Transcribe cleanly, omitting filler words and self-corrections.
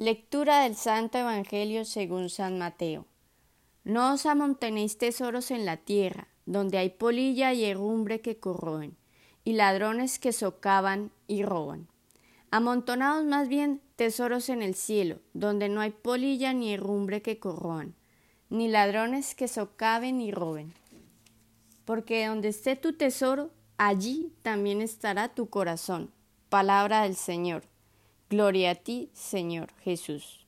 Lectura del Santo Evangelio según San Mateo. No os amontonéis tesoros en la tierra, donde hay polilla y herrumbre que corroen, y ladrones que socavan y roban. Amontonaos más bien tesoros en el cielo, donde no hay polilla ni herrumbre que corroan, ni ladrones que socaven y roben. Porque donde esté tu tesoro, allí también estará tu corazón. Palabra del Señor. Gloria a ti, Señor Jesús.